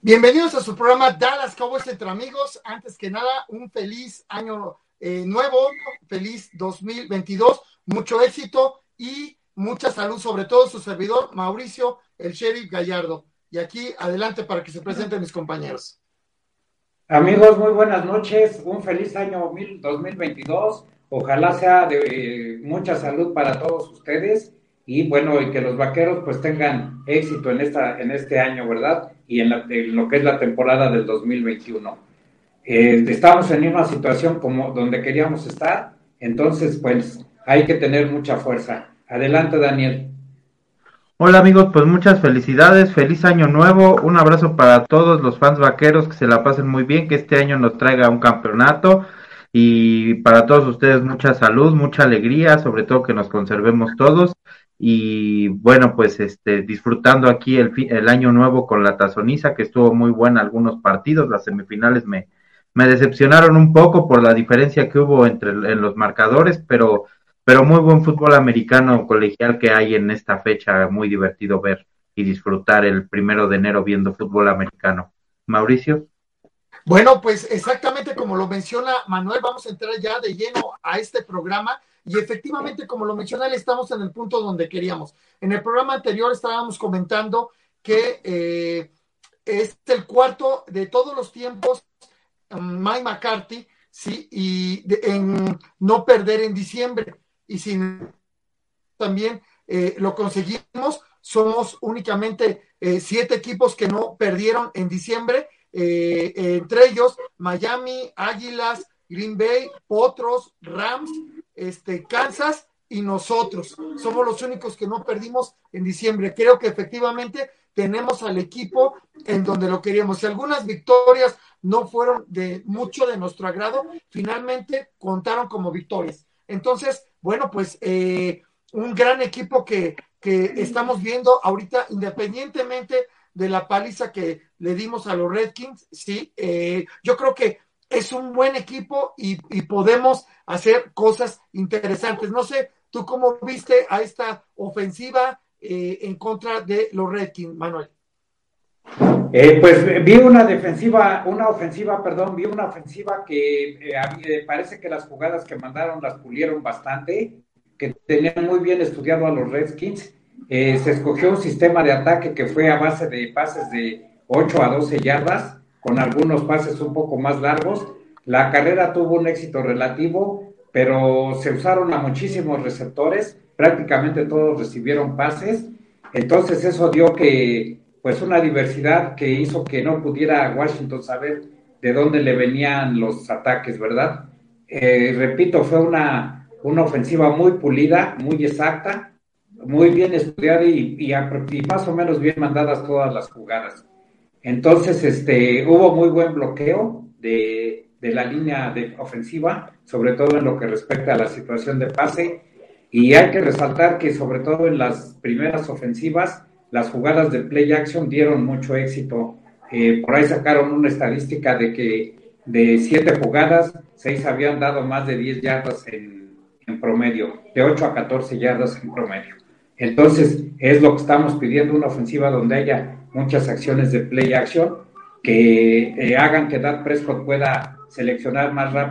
Bienvenidos a su programa Dallas Cowboys entre amigos. Antes que nada, un feliz año nuevo, feliz 2022, mucho éxito y mucha salud, sobre todo su servidor Mauricio, el Sheriff Gallardo. Y aquí adelante para que se presenten mis compañeros. Amigos, muy buenas noches, un feliz año 2022, ojalá sea de mucha salud para todos ustedes y bueno, y que los vaqueros pues tengan éxito en este año, ¿verdad? Y en lo que es la temporada del 2021. Estamos en una situación como donde queríamos estar, entonces pues hay que tener mucha fuerza. Adelante, Daniel. Hola amigos, pues muchas felicidades, feliz año nuevo, un abrazo para todos los fans vaqueros, que se la pasen muy bien, que este año nos traiga un campeonato y para todos ustedes mucha salud, mucha alegría, sobre todo que nos conservemos todos y bueno, pues disfrutando aquí el año nuevo con la tazoniza, que estuvo muy buena algunos partidos, las semifinales me decepcionaron un poco por la diferencia que hubo en los marcadores, pero muy buen fútbol americano colegial que hay en esta fecha, muy divertido ver y disfrutar el 1 de enero viendo fútbol americano. Mauricio. Bueno, pues exactamente como lo menciona Manuel, vamos a entrar ya de lleno a este programa y efectivamente, como lo menciona él, estamos en el punto donde queríamos. En el programa anterior estábamos comentando que es el cuarto de todos los tiempos, Mike McCarthy, sí, en no perder en diciembre. Y sin también lo conseguimos, somos únicamente 7 equipos que no perdieron en diciembre, entre ellos Miami, Águilas, Green Bay, Potros, Rams, Kansas y nosotros. Somos los únicos que no perdimos en diciembre. Creo que efectivamente tenemos al equipo en donde lo queríamos. Si algunas victorias no fueron de mucho de nuestro agrado, finalmente contaron como victorias. Entonces, bueno, pues un gran equipo que estamos viendo ahorita, independientemente de la paliza que le dimos a los Redskins, sí, yo creo que es un buen equipo y podemos hacer cosas interesantes. No sé, ¿tú cómo viste a esta ofensiva en contra de los Redskins, Manuel? Pues vi una ofensiva que parece que las jugadas que mandaron las pulieron bastante, que tenían muy bien estudiado a los Redskins. Se escogió un sistema de ataque que fue a base de pases de 8 a 12 yardas, con algunos pases un poco más largos. La carrera tuvo un éxito relativo, pero se usaron a muchísimos receptores, prácticamente todos recibieron pases, entonces eso dio pues una diversidad que hizo que no pudiera Washington saber de dónde le venían los ataques, ¿verdad? Repito, fue una ofensiva muy pulida, muy exacta, muy bien estudiada y más o menos bien mandadas todas las jugadas. Entonces, hubo muy buen bloqueo de la línea de ofensiva, sobre todo en lo que respecta a la situación de pase, y hay que resaltar que sobre todo en las primeras ofensivas, las jugadas de play action dieron mucho éxito. Por ahí sacaron una estadística de que de 7 jugadas, 6 habían dado más de 10 yardas en promedio, de 8 a 14 yardas en promedio. Entonces, es lo que estamos pidiendo, una ofensiva donde haya muchas acciones de play action que hagan que Dak Prescott pueda seleccionar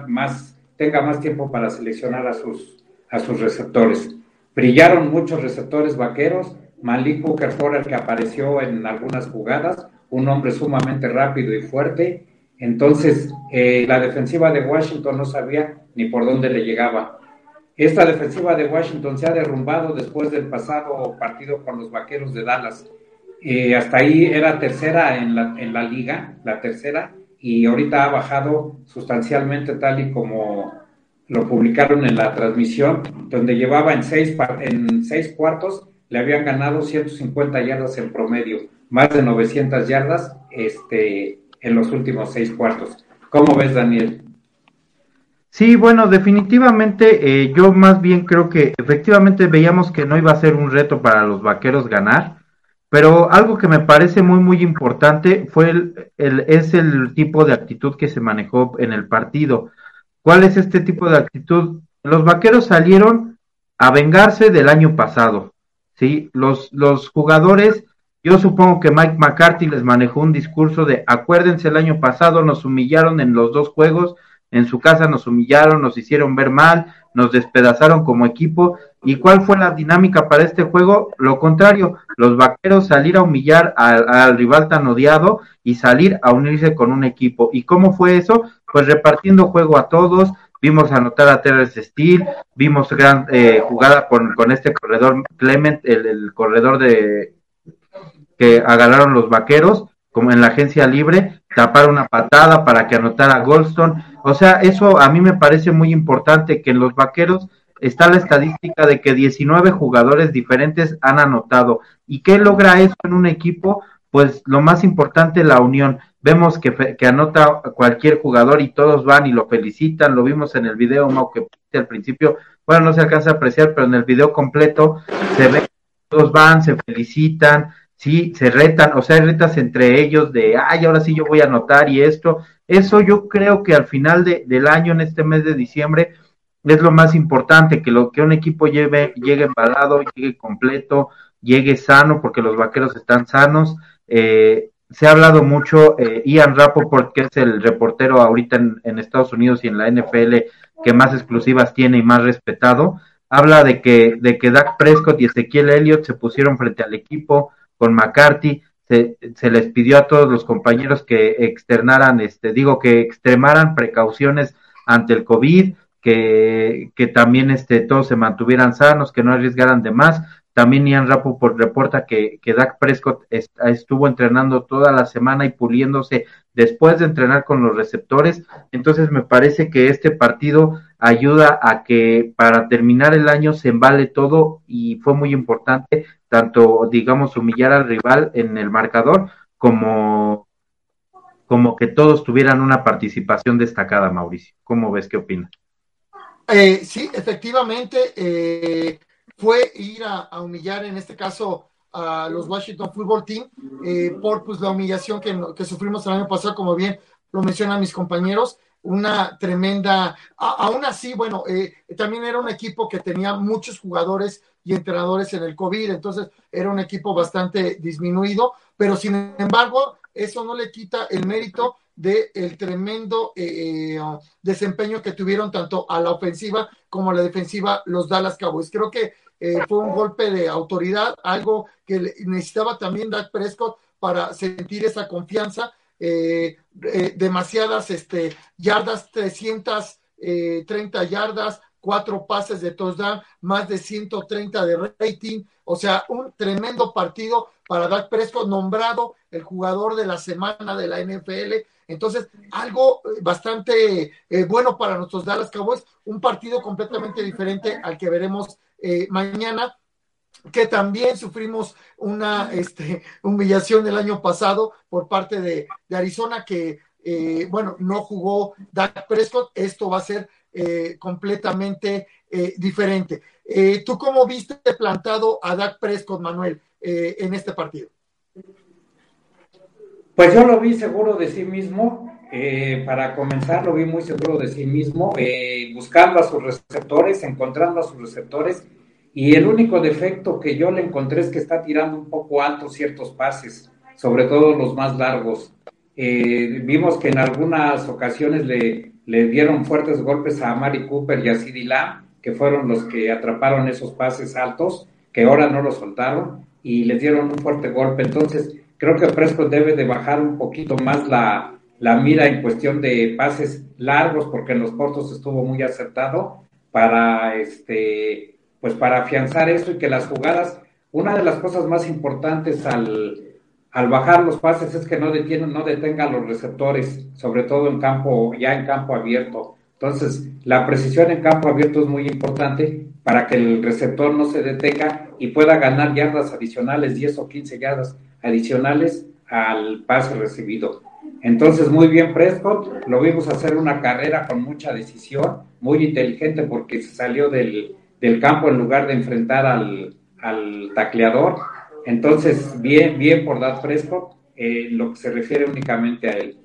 tenga más tiempo para seleccionar a sus receptores. Brillaron muchos receptores vaqueros. Malik Hooker fue el que apareció en algunas jugadas, un hombre sumamente rápido y fuerte. Entonces, la defensiva de Washington no sabía ni por dónde le llegaba. Esta defensiva de Washington se ha derrumbado después del pasado partido con los Vaqueros de Dallas. Hasta ahí era tercera en la liga, la tercera, y ahorita ha bajado sustancialmente, tal y como lo publicaron en la transmisión, donde llevaba en seis cuartos, le habían ganado 150 yardas en promedio, más de 900 yardas en los últimos 6 cuartos. ¿Cómo ves, Daniel? Sí, bueno, definitivamente yo más bien creo que efectivamente veíamos que no iba a ser un reto para los vaqueros ganar, pero algo que me parece muy importante fue es el tipo de actitud que se manejó en el partido. ¿Cuál es este tipo de actitud? Los vaqueros salieron a vengarse del año pasado, ¿sí? Los jugadores Yo supongo que Mike McCarthy les manejó un discurso de, acuérdense, el año pasado nos humillaron en los 2 juegos, en su casa nos humillaron, nos hicieron ver mal, nos despedazaron como equipo. ¿Y cuál fue la dinámica para este juego? Lo contrario, los Vaqueros salir a humillar al rival tan odiado y salir a unirse con un equipo. ¿Y cómo fue eso? Pues repartiendo juego a todos, vimos anotar a Terrence Steele, vimos gran jugada con este corredor Clement, el corredor que agarraron los Vaqueros, como en la agencia libre, tapar una patada para que anotara Goldstone. O sea, eso a mí me parece muy importante, que en los Vaqueros está la estadística de que 19 jugadores diferentes han anotado. ¿Y qué logra eso en un equipo? Pues lo más importante, la unión. Vemos que anota cualquier jugador y todos van y lo felicitan. Lo vimos en el video, Mau, que al principio, bueno, no se alcanza a apreciar, pero en el video completo se ve que todos van, se felicitan, sí, se retan, o sea, hay retas entre ellos de, ay, ahora sí yo voy a anotar y esto. Eso yo creo que al final del año, en este mes de diciembre, es lo más importante, que un equipo llegue embalado, llegue completo, llegue sano, porque los Vaqueros están sanos. Se ha hablado mucho, Ian Rapoport, que es el reportero ahorita en Estados Unidos y en la NFL que más exclusivas tiene y más respetado, habla de que Dak Prescott y Ezequiel Elliott se pusieron frente al equipo con McCarthy, se les pidió a todos los compañeros que que extremaran precauciones ante el COVID, que también todos se mantuvieran sanos, que no arriesgaran de más. También Ian Rapoport reporta que Dak Prescott estuvo entrenando toda la semana y puliéndose después de entrenar con los receptores. Entonces me parece que este partido ayuda a que para terminar el año se embale todo, y fue muy importante tanto, digamos, humillar al rival en el marcador como que todos tuvieran una participación destacada. Mauricio, ¿cómo ves? ¿Qué opinas? Sí, efectivamente, fue ir a humillar en este caso a los Washington Football Team por pues la humillación que sufrimos el año pasado, como bien lo mencionan mis compañeros, una tremenda, aún así, bueno, también era un equipo que tenía muchos jugadores y entrenadores en el COVID, entonces era un equipo bastante disminuido, pero sin embargo, eso no le quita el mérito del tremendo desempeño que tuvieron tanto a la ofensiva como a la defensiva los Dallas Cowboys. Creo que fue un golpe de autoridad, algo que necesitaba también Dak Prescott para sentir esa confianza. Demasiadas yardas, 330 yardas, 4 pases de touchdown, más de 130 de rating, o sea, un tremendo partido para Dak Prescott, nombrado el jugador de la semana de la NFL. Entonces, algo bastante bueno para nuestros Dallas Cowboys, un partido completamente diferente al que veremos mañana, que también sufrimos una humillación el año pasado por parte de Arizona, que bueno, no jugó Dak Prescott. Esto va a ser completamente diferente. ¿Tú cómo viste plantado a Dak Prescott, Manuel, en este partido? Pues yo lo vi seguro de sí mismo. Para comenzar, lo vi muy seguro de sí mismo, buscando a sus receptores, encontrando a sus receptores, y el único defecto que yo le encontré es que está tirando un poco alto ciertos pases, sobre todo los más largos. Vimos que en algunas ocasiones le dieron fuertes golpes a Amari Cooper y a CeeDee Lamb, que fueron los que atraparon esos pases altos, que ahora no los soltaron, y les dieron un fuerte golpe. Entonces, creo que Prescott debe de bajar un poquito más la mira en cuestión de pases largos, porque en los cortos estuvo muy acertado para pues para afianzar eso, y que las jugadas, una de las cosas más importantes al bajar los pases es que no detenga a los receptores, sobre todo en campo abierto. Entonces, la precisión en campo abierto es muy importante para que el receptor no se detenga y pueda ganar yardas adicionales, 10 o 15 yardas adicionales al pase recibido. Entonces, muy bien Prescott, lo vimos hacer una carrera con mucha decisión, muy inteligente, porque se salió del campo en lugar de enfrentar al tacleador. Entonces, bien por Dak Prescott, lo que se refiere únicamente a él.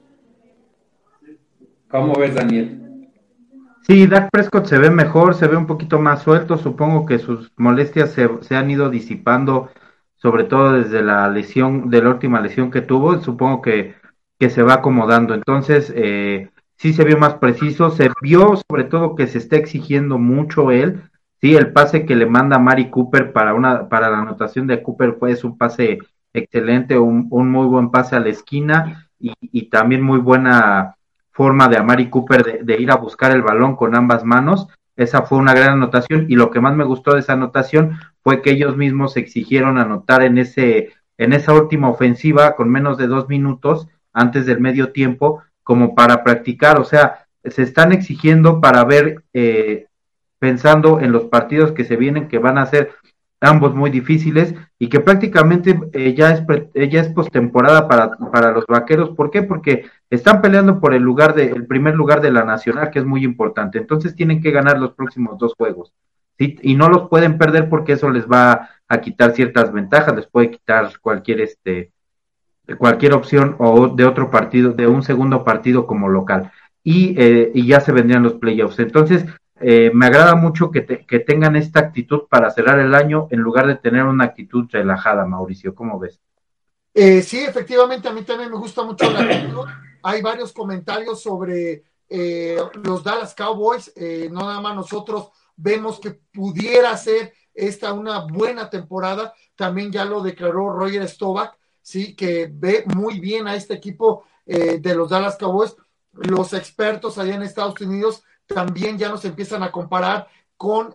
¿Cómo ves, Daniel? Sí, Dak Prescott se ve mejor, se ve un poquito más suelto. Supongo que sus molestias se han ido disipando sobre todo desde la lesión, de la última lesión que tuvo, supongo que se va acomodando. Entonces, sí se vio más preciso, se vio sobre todo que se está exigiendo mucho él. Sí, el pase que le manda Mari Cooper para la anotación de Cooper es un pase excelente, un muy buen pase a la esquina y también muy buena forma de Amari Cooper de ir a buscar el balón con ambas manos. Esa fue una gran anotación y lo que más me gustó de esa anotación fue que ellos mismos se exigieron anotar en esa última ofensiva con menos de 2 minutos antes del medio tiempo como para practicar, o sea, se están exigiendo para ver, pensando en los partidos que se vienen, que van a ser ambos muy difíciles y que prácticamente ya es postemporada para los vaqueros. ¿Por qué? Porque están peleando por el primer lugar de la nacional, que es muy importante. Entonces tienen que ganar los próximos 2 juegos. ¿Sí? Y no los pueden perder porque eso les va a quitar ciertas ventajas, les puede quitar cualquier opción o de otro partido, de un segundo partido como local. Y ya se vendrían los playoffs. Entonces, me agrada mucho que tengan esta actitud para cerrar el año en lugar de tener una actitud relajada, Mauricio. ¿Cómo ves? Sí, efectivamente, a mí también me gusta mucho la actitud. Hay varios comentarios sobre los Dallas Cowboys. No nada más nosotros vemos que pudiera ser esta una buena temporada. También ya lo declaró Roger Staubach, sí, que ve muy bien a este equipo de los Dallas Cowboys. Los expertos allá en Estados Unidos también ya nos empiezan a comparar con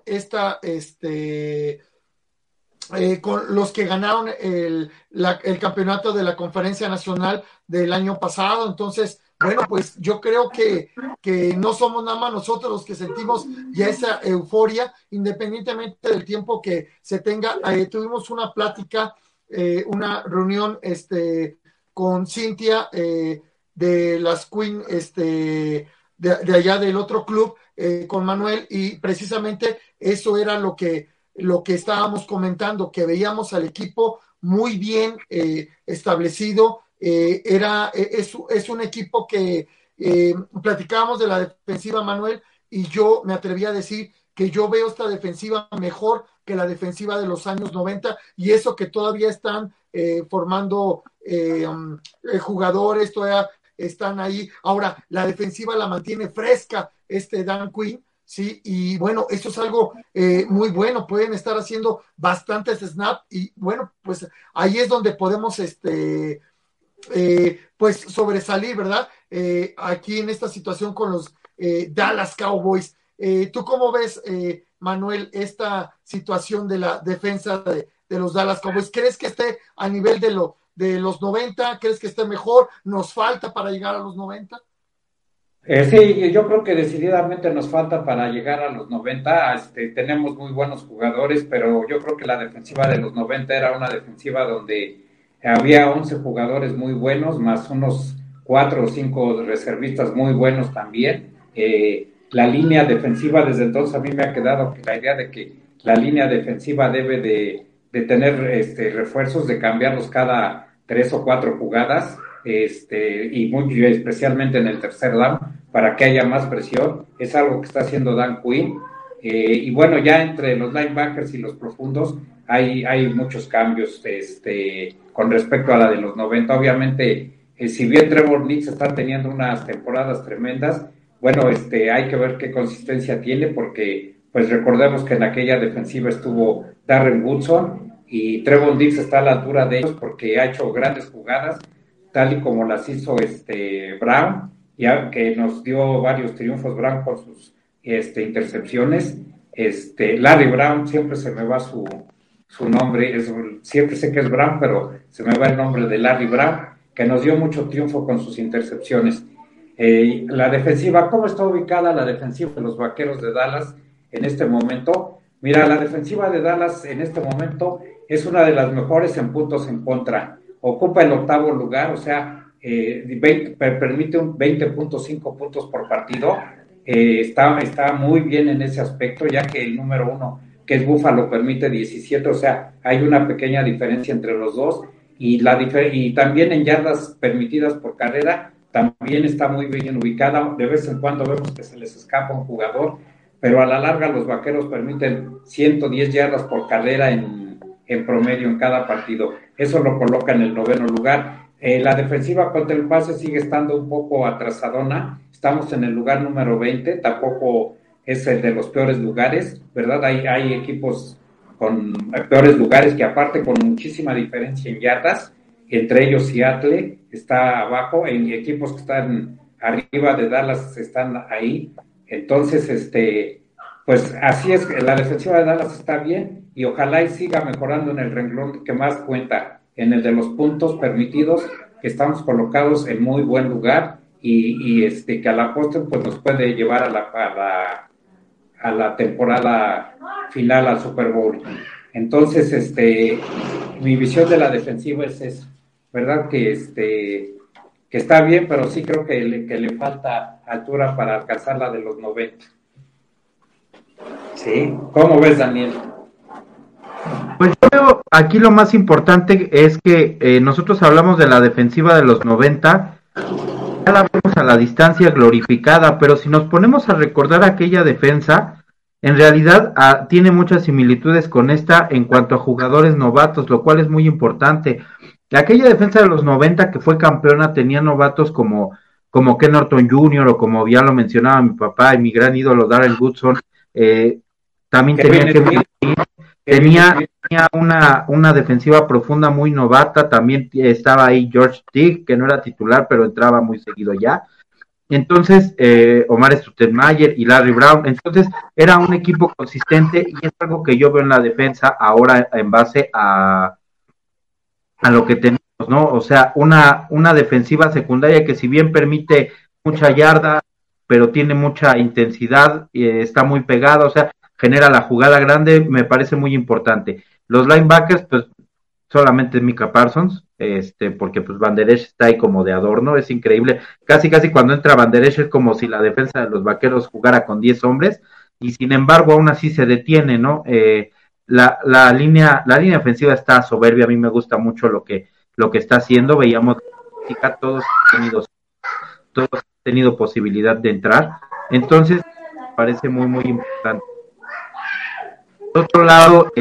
con los que ganaron el campeonato de la Conferencia Nacional del año pasado. Entonces, bueno, pues yo creo que no somos nada más nosotros los que sentimos ya esa euforia, independientemente del tiempo que se tenga. Tuvimos una plática, una reunión con Cintia de las Queen, de allá del otro club, con Manuel, y precisamente eso era lo que estábamos comentando, que veíamos al equipo muy bien establecido. Es un equipo que platicábamos de la defensiva, Manuel, y yo me atreví a decir que yo veo esta defensiva mejor que la defensiva de los años 90, y eso que todavía están formando jugadores, todavía están ahí. Ahora, la defensiva la mantiene fresca Dan Quinn, sí, y bueno, eso es algo muy bueno. Pueden estar haciendo bastantes snaps y bueno, pues ahí es donde podemos pues sobresalir, ¿verdad? Aquí en esta situación con los Dallas Cowboys. ¿Tú cómo ves, Manuel, esta situación de la defensa de los Dallas Cowboys? ¿Crees que esté a nivel de los 90? ¿Crees que esté mejor? ¿Nos falta para llegar a los 90? Sí, yo creo que decididamente nos falta para llegar a los 90. Tenemos muy buenos jugadores, pero yo creo que la defensiva de los 90 era una defensiva donde había 11 jugadores muy buenos, más unos 4 o 5 reservistas muy buenos también. La línea defensiva, desde entonces a mí me ha quedado la idea de que la línea defensiva debe de tener refuerzos, de cambiarlos cada 3 o 4 jugadas, y muy especialmente en el tercer down, para que haya más presión. Es algo que está haciendo Dan Quinn. Y bueno, ya entre los linebackers y los profundos hay muchos cambios con respecto a la de los 90. Obviamente, si bien Trevor Nix está teniendo unas temporadas tremendas, bueno, hay que ver qué consistencia tiene, porque pues recordemos que en aquella defensiva estuvo Darren Woodson, y Trevor Nix está a la altura de ellos porque ha hecho grandes jugadas, tal y como las hizo Brown, ya que nos dio varios triunfos Brown con sus intercepciones. Larry Brown, siempre se me va su nombre, siempre sé que es Brown, pero se me va el nombre de Larry Brown, que nos dio mucho triunfo con sus intercepciones. La defensiva, ¿cómo está ubicada la defensiva de los Vaqueros de Dallas en este momento? Mira, la defensiva de Dallas en este momento es una de las mejores en puntos en contra. Ocupa el 8º lugar, o sea, permite un 20.5 puntos por partido. Está muy bien en ese aspecto, ya que el número 1, que es Buffalo, permite 17, o sea, hay una pequeña diferencia entre los dos, y también en yardas permitidas por carrera, también está muy bien ubicada. De vez en cuando vemos que se les escapa un jugador, pero a la larga los Vaqueros permiten 110 yardas por carrera en en promedio en cada partido. Eso lo coloca en el 9º lugar. La defensiva contra el pase sigue estando un poco atrasadona. Estamos en el lugar número 20, tampoco es el de los peores lugares, ¿verdad? Hay equipos con peores lugares que aparte con muchísima diferencia en yardas, entre ellos Seattle está abajo, en equipos que están arriba de Dallas están ahí. Entonces, pues así es, la defensiva de Dallas está bien y ojalá y siga mejorando en el renglón que más cuenta, en el de los puntos permitidos, que estamos colocados en muy buen lugar y que a la postre pues nos puede llevar a la temporada final al Super Bowl. Entonces, mi visión de la defensiva es esa, ¿verdad? Que está bien, pero sí creo que le falta altura para alcanzar la de los 90. Sí, ¿cómo ves, Daniel? Pues yo veo aquí lo más importante es que nosotros hablamos de la defensiva de los 90, ya la vemos a la distancia glorificada, pero si nos ponemos a recordar aquella defensa, en realidad tiene muchas similitudes con esta en cuanto a jugadores novatos, lo cual es muy importante. Aquella defensa de los 90 que fue campeona tenía novatos como Ken Norton Jr. o como ya lo mencionaba mi papá y mi gran ídolo Darrell Woodson, también tenía una defensiva profunda muy novata, también estaba ahí George Teague, que no era titular, pero entraba muy seguido ya. Entonces, Omar Stuttenmayer y Larry Brown, entonces era un equipo consistente y es algo que yo veo en la defensa ahora en base a lo que tenemos, ¿no? O sea, una defensiva secundaria que si bien permite mucha yarda, pero tiene mucha intensidad, está muy pegada, o sea, genera la jugada grande, me parece muy importante. Los linebackers, pues solamente Micah Parsons, porque pues Van Der Esch está ahí como de adorno, es increíble, casi cuando entra Van Der Esch es como si la defensa de los vaqueros jugara con 10 hombres, y sin embargo aún así se detiene, ¿no? La línea ofensiva está soberbia, a mí me gusta mucho lo que está haciendo, veíamos todos han tenido posibilidad de entrar, entonces me parece muy importante. Por otro lado,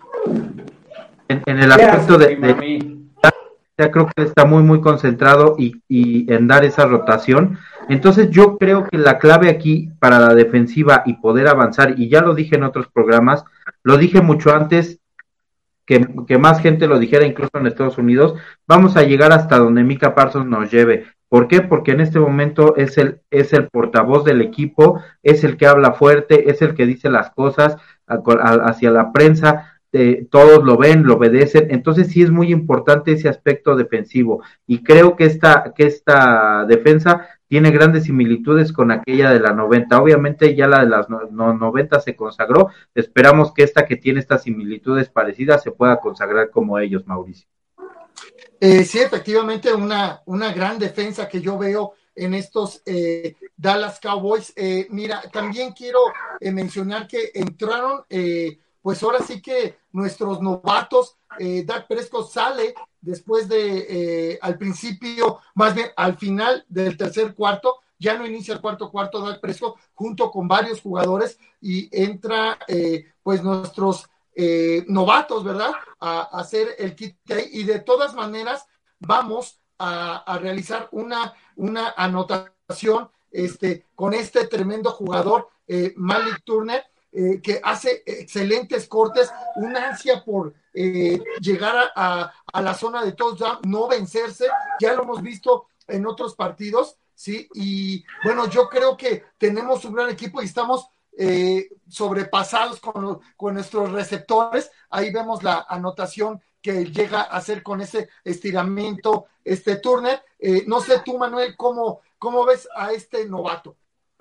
en el aspecto ya creo que está muy concentrado y en dar esa rotación. Entonces yo creo que la clave aquí para la defensiva y poder avanzar, y ya lo dije en otros programas, lo dije mucho antes que más gente lo dijera, incluso en Estados Unidos, vamos a llegar hasta donde Micah Parsons nos lleve. ¿Por qué? Porque en este momento es el portavoz del equipo, es el que habla fuerte, es el que dice las cosas hacia la prensa, todos lo ven, lo obedecen, entonces sí es muy importante ese aspecto defensivo y creo que esta defensa tiene grandes similitudes con aquella de la 90, obviamente ya la de las 90 se consagró, esperamos que esta que tiene estas similitudes parecidas se pueda consagrar como ellos, Mauricio. Sí, efectivamente una gran defensa que yo veo en estos Dallas Cowboys. Mira, también quiero mencionar que entraron pues ahora sí que nuestros novatos, Dak Prescott sale después de, al principio, más bien al final del tercer cuarto, ya no inicia el cuarto Dak Prescott, junto con varios jugadores, y entra pues nuestros novatos, ¿verdad? A hacer el kit y de todas maneras vamos a realizar una anotación con este tremendo jugador, Malik Turner, que hace excelentes cortes, una ansia por llegar a la zona de touchdown, no vencerse, ya lo hemos visto en otros partidos, ¿sí? Y bueno, yo creo que tenemos un gran equipo y estamos sobrepasados con nuestros receptores. Ahí vemos la anotación que llega a hacer con ese estiramiento Turner. No sé tú, Manuel, ¿cómo ves a este novato?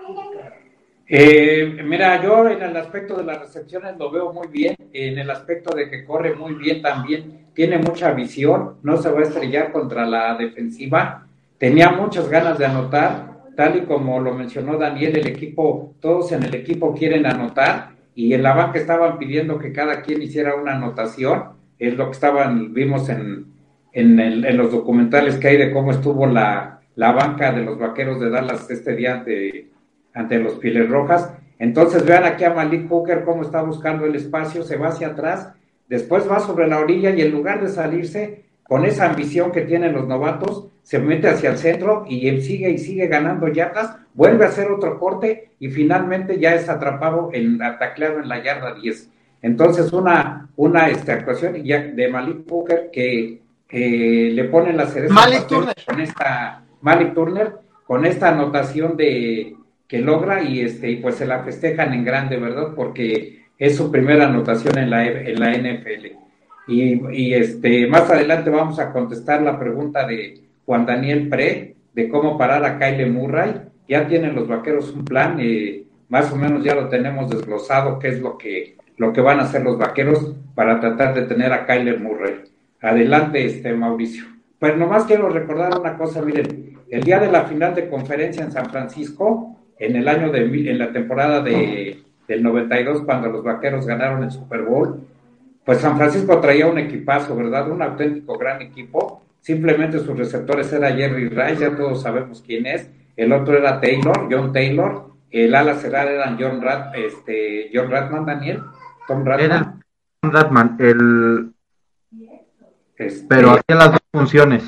Mira, yo en el aspecto de las recepciones lo veo muy bien, en el aspecto de que corre muy bien también, tiene mucha visión, no se va a estrellar contra la defensiva, tenía muchas ganas de anotar, tal y como lo mencionó Daniel, el equipo, todos en el equipo quieren anotar, y en la banca estaban pidiendo que cada quien hiciera una anotación, es lo que vimos en los documentales que hay de cómo estuvo la banca de los Vaqueros de Dallas este día ante los Pieles Rojas. Entonces vean aquí a Malik Hooker cómo está buscando el espacio, se va hacia atrás, después va sobre la orilla y en lugar de salirse con esa ambición que tienen los novatos, se mete hacia el centro y sigue y sigue ganando yardas, vuelve a hacer otro corte y finalmente ya es atrapado, tacleado en la yarda 10. Entonces una actuación ya de Malik Hooker que le ponen la cereza Malik Turner. Malik Turner con esta anotación que logra y pues se la festejan en grande, ¿verdad? Porque es su primera anotación en la NFL. Y más adelante vamos a contestar la pregunta de Juan Daniel Pre de cómo parar a Kyler Murray. Ya tienen los Vaqueros un plan, más o menos ya lo tenemos desglosado, qué es lo que van a hacer los Vaqueros para tratar de tener a Kyler Murray. Adelante, Mauricio. Pues nomás quiero recordar una cosa, miren, el día de la final de conferencia en San Francisco, en la temporada del 92, cuando los Vaqueros ganaron el Super Bowl, pues San Francisco traía un equipazo, ¿verdad? Un auténtico gran equipo. Simplemente sus receptores era Jerry Rice, ya todos sabemos quién es. El otro era John Taylor. El ala cerrada era John Ratman, Daniel. Tom Ratman. Era Ratman, pero hacía las dos funciones.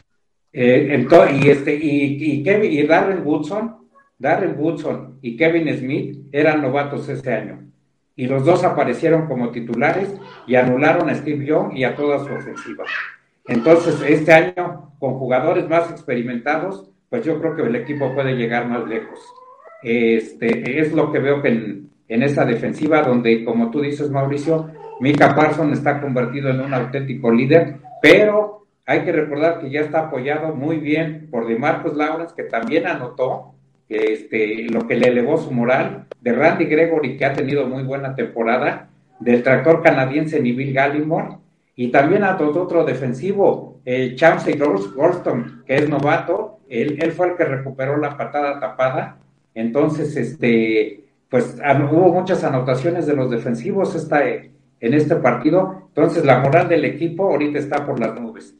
Y Darren Woodson y Kevin Smith eran novatos ese año. Y los dos aparecieron como titulares y anularon a Steve Young y a toda su ofensiva. Entonces, este año, con jugadores más experimentados, pues yo creo que el equipo puede llegar más lejos. Es lo que veo que en esta defensiva, donde, como tú dices, Mauricio, Micah Parsons está convertido en un auténtico líder, pero hay que recordar que ya está apoyado muy bien por DeMarcus Lawrence, que también anotó, lo que le elevó su moral, de Randy Gregory, que ha tenido muy buena temporada, del tractor canadiense Neville Gallimore, y también a otro defensivo, Chauncey Golston, que es novato. Él fue el que recuperó la patada tapada. Entonces, pues hubo muchas anotaciones de los defensivos en este partido. Entonces, la moral del equipo ahorita está por las nubes.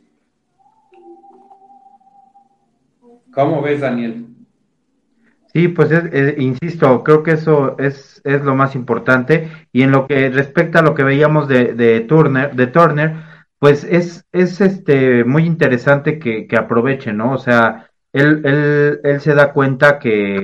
¿Cómo ves, Daniel? Sí, pues insisto, creo que eso es lo más importante. Y en lo que respecta a lo que veíamos de Turner, pues es muy interesante que aproveche, ¿no? O sea, él se da cuenta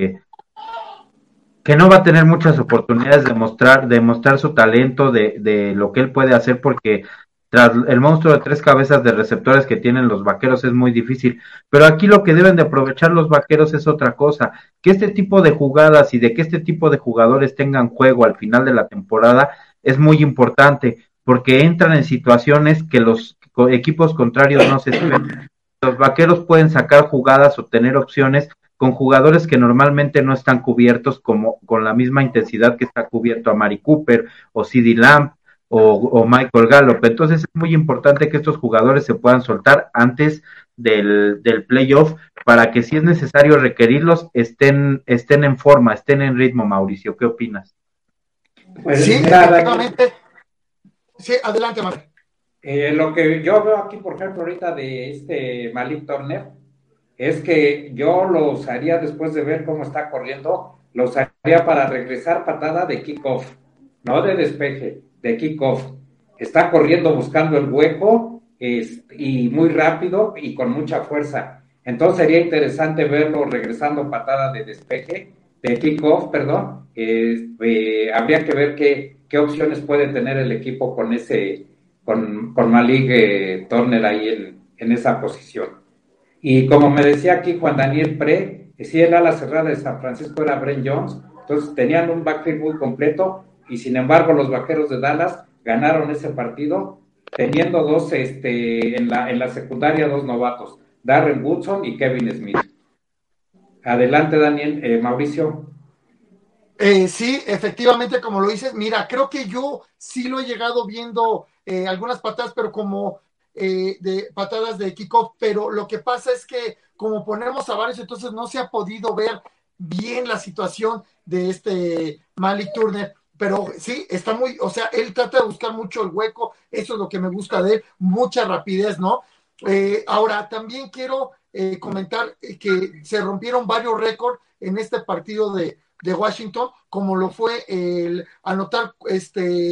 que no va a tener muchas oportunidades de mostrar su talento, de lo que él puede hacer, porque tras el monstruo de tres cabezas de receptores que tienen los Vaqueros es muy difícil. Pero aquí lo que deben de aprovechar los Vaqueros es otra cosa, que este tipo de jugadas y de que este tipo de jugadores tengan juego al final de la temporada es muy importante, porque entran en situaciones que los equipos contrarios no se esperan. Los Vaqueros pueden sacar jugadas o tener opciones con jugadores que normalmente no están cubiertos como con la misma intensidad que está cubierto a Mari Cooper o CeeDee Lamb o Michael Gallup. Entonces es muy importante que estos jugadores se puedan soltar antes del playoff para que si es necesario requerirlos estén en forma, estén en ritmo. Mauricio, ¿qué opinas? Pues, sí, efectivamente. Sí, adelante, Manuel. Lo que yo veo aquí, por ejemplo, ahorita de Malik Turner, es que yo lo usaría después de ver cómo está corriendo, lo usaría para regresar patada de kickoff, no de despeje, de kickoff. Está corriendo buscando el hueco y muy rápido y con mucha fuerza. Entonces sería interesante verlo regresando patada de despeje, de kickoff, perdón. Habría que ver qué opciones puede tener el equipo con Malik Turner ahí en esa posición. Y como me decía aquí Juan Daniel Pre, si el ala cerrada de San Francisco era Brent Jones, entonces tenían un backfield muy completo y sin embargo los Vaqueros de Dallas ganaron ese partido teniendo dos, en la secundaria, dos novatos, Darren Woodson y Kevin Smith. Adelante, Daniel, Mauricio. Sí, efectivamente, como lo dices, mira, creo que yo sí lo he llegado viendo algunas patadas, pero como de patadas de kickoff, pero lo que pasa es que como ponemos a varios, entonces no se ha podido ver bien la situación de Malik Turner, pero sí, está muy, o sea, él trata de buscar mucho el hueco, eso es lo que me gusta de él, mucha rapidez, ¿no? Ahora, también quiero comentar que se rompieron varios récords en este partido de Washington, como lo fue el anotar